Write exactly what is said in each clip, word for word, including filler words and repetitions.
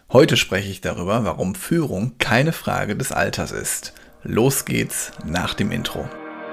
Heute spreche ich darüber, warum Führung keine Frage des Alters ist. Los geht's nach dem Intro.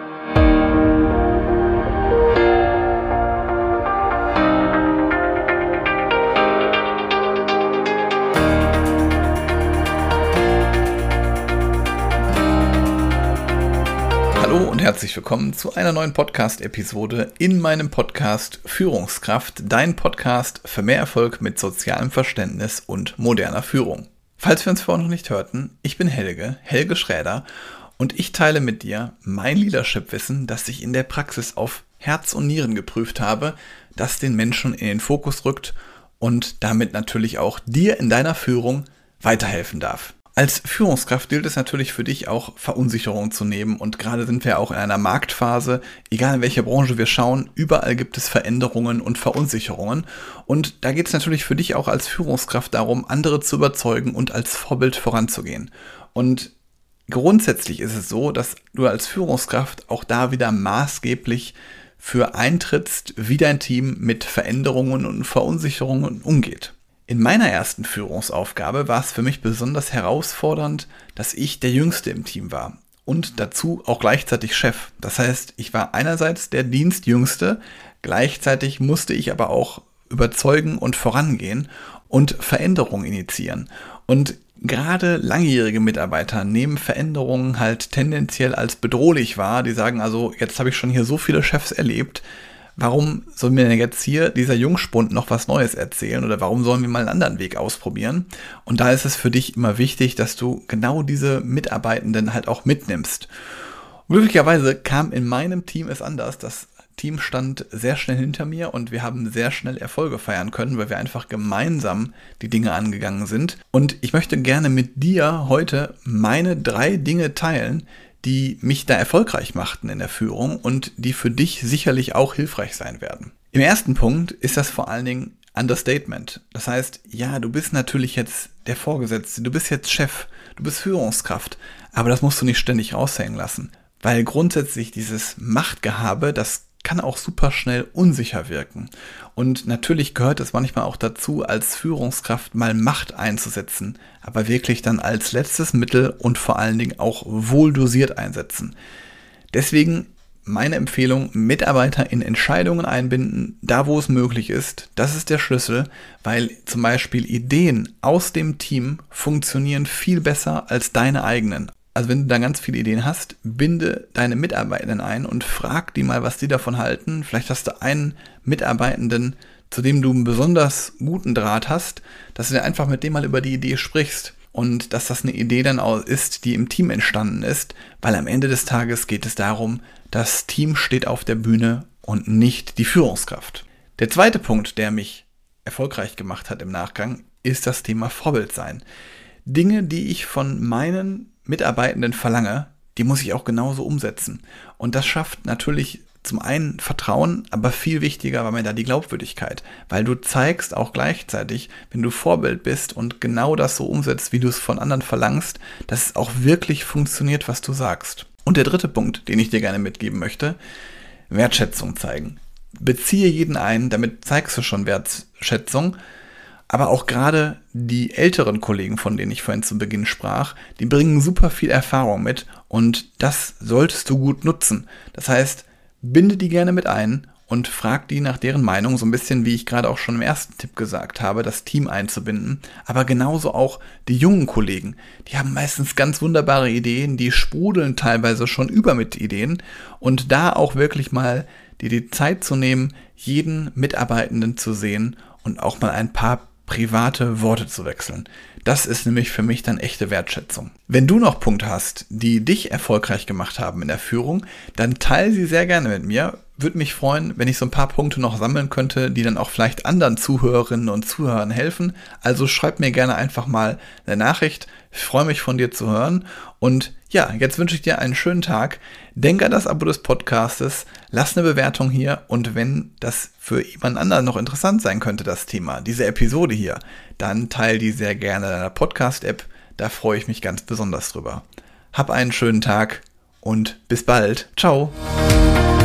Hallo und herzlich willkommen zu einer neuen Podcast-Episode in meinem Podcast Führungskraft, dein Podcast für mehr Erfolg mit sozialem Verständnis und moderner Führung. Falls wir uns vorhin noch nicht hörten, ich bin Helge, Helge Schräder, und ich teile mit dir mein Leadership-Wissen, das ich in der Praxis auf Herz und Nieren geprüft habe, das den Menschen in den Fokus rückt und damit natürlich auch dir in deiner Führung weiterhelfen darf. Als Führungskraft gilt es natürlich für dich auch, Verunsicherung zu nehmen, und gerade sind wir auch in einer Marktphase, egal in welche Branche wir schauen, überall gibt es Veränderungen und Verunsicherungen, und da geht es natürlich für dich auch als Führungskraft darum, andere zu überzeugen und als Vorbild voranzugehen. Und grundsätzlich ist es so, dass du als Führungskraft auch da wieder maßgeblich für eintrittst, wie dein Team mit Veränderungen und Verunsicherungen umgeht. In meiner ersten Führungsaufgabe war es für mich besonders herausfordernd, dass ich der Jüngste im Team war und dazu auch gleichzeitig Chef. Das heißt, ich war einerseits der Dienstjüngste, gleichzeitig musste ich aber auch überzeugen und vorangehen und Veränderungen initiieren. Und gerade langjährige Mitarbeiter nehmen Veränderungen halt tendenziell als bedrohlich wahr. Die sagen also, jetzt habe ich schon hier so viele Chefs erlebt, warum soll mir denn jetzt hier dieser Jungspund noch was Neues erzählen, oder warum sollen wir mal einen anderen Weg ausprobieren? Und da ist es für dich immer wichtig, dass du genau diese Mitarbeitenden halt auch mitnimmst. Und glücklicherweise kam in meinem Team es anders. Das Team stand sehr schnell hinter mir und wir haben sehr schnell Erfolge feiern können, weil wir einfach gemeinsam die Dinge angegangen sind. Und ich möchte gerne mit dir heute meine drei Dinge teilen, die mich da erfolgreich machten in der Führung und die für dich sicherlich auch hilfreich sein werden. Im ersten Punkt ist das vor allen Dingen Understatement. Das heißt, ja, du bist natürlich jetzt der Vorgesetzte, du bist jetzt Chef, du bist Führungskraft, aber das musst du nicht ständig raushängen lassen, weil grundsätzlich dieses Machtgehabe, das kann auch super schnell unsicher wirken. Und natürlich gehört es manchmal auch dazu, als Führungskraft mal Macht einzusetzen, aber wirklich dann als letztes Mittel und vor allen Dingen auch wohl dosiert einsetzen. Deswegen meine Empfehlung: Mitarbeiter in Entscheidungen einbinden, da wo es möglich ist. Das ist der Schlüssel, weil zum Beispiel Ideen aus dem Team funktionieren viel besser als deine eigenen. Also wenn du da ganz viele Ideen hast, binde deine Mitarbeitenden ein und frag die mal, was die davon halten. Vielleicht hast du einen Mitarbeitenden, zu dem du einen besonders guten Draht hast, dass du einfach mit dem mal über die Idee sprichst und dass das eine Idee dann auch ist, die im Team entstanden ist, weil am Ende des Tages geht es darum, das Team steht auf der Bühne und nicht die Führungskraft. Der zweite Punkt, der mich erfolgreich gemacht hat im Nachgang, ist das Thema Vorbild sein. Dinge, die ich von meinen Mitarbeitenden verlange, die muss ich auch genauso umsetzen. Und das schafft natürlich zum einen Vertrauen, aber viel wichtiger war mir da die Glaubwürdigkeit, weil du zeigst auch gleichzeitig, wenn du Vorbild bist und genau das so umsetzt, wie du es von anderen verlangst, dass es auch wirklich funktioniert, was du sagst. Und der dritte Punkt, den ich dir gerne mitgeben möchte: Wertschätzung zeigen. Beziehe jeden ein, damit zeigst du schon Wertschätzung. Aber auch gerade die älteren Kollegen, von denen ich vorhin zu Beginn sprach, die bringen super viel Erfahrung mit, und das solltest du gut nutzen. Das heißt, binde die gerne mit ein und frag die nach deren Meinung, so ein bisschen wie ich gerade auch schon im ersten Tipp gesagt habe, das Team einzubinden. Aber genauso auch die jungen Kollegen, die haben meistens ganz wunderbare Ideen, die sprudeln teilweise schon über mit Ideen, und da auch wirklich mal dir die Zeit zu nehmen, jeden Mitarbeitenden zu sehen und auch mal ein paar private Worte zu wechseln. Das ist nämlich für mich dann echte Wertschätzung. Wenn du noch Punkte hast, die dich erfolgreich gemacht haben in der Führung, dann teile sie sehr gerne mit mir. Würde mich freuen, wenn ich so ein paar Punkte noch sammeln könnte, die dann auch vielleicht anderen Zuhörerinnen und Zuhörern helfen. Also schreib mir gerne einfach mal eine Nachricht. Ich freue mich, von dir zu hören. Und ja, jetzt wünsche ich dir einen schönen Tag. Denk an das Abo des Podcastes, lass eine Bewertung hier, und wenn das für jemand anderen noch interessant sein könnte, das Thema, diese Episode hier, dann teile die sehr gerne in deiner Podcast-App. Da freue ich mich ganz besonders drüber. Hab einen schönen Tag und bis bald. Ciao.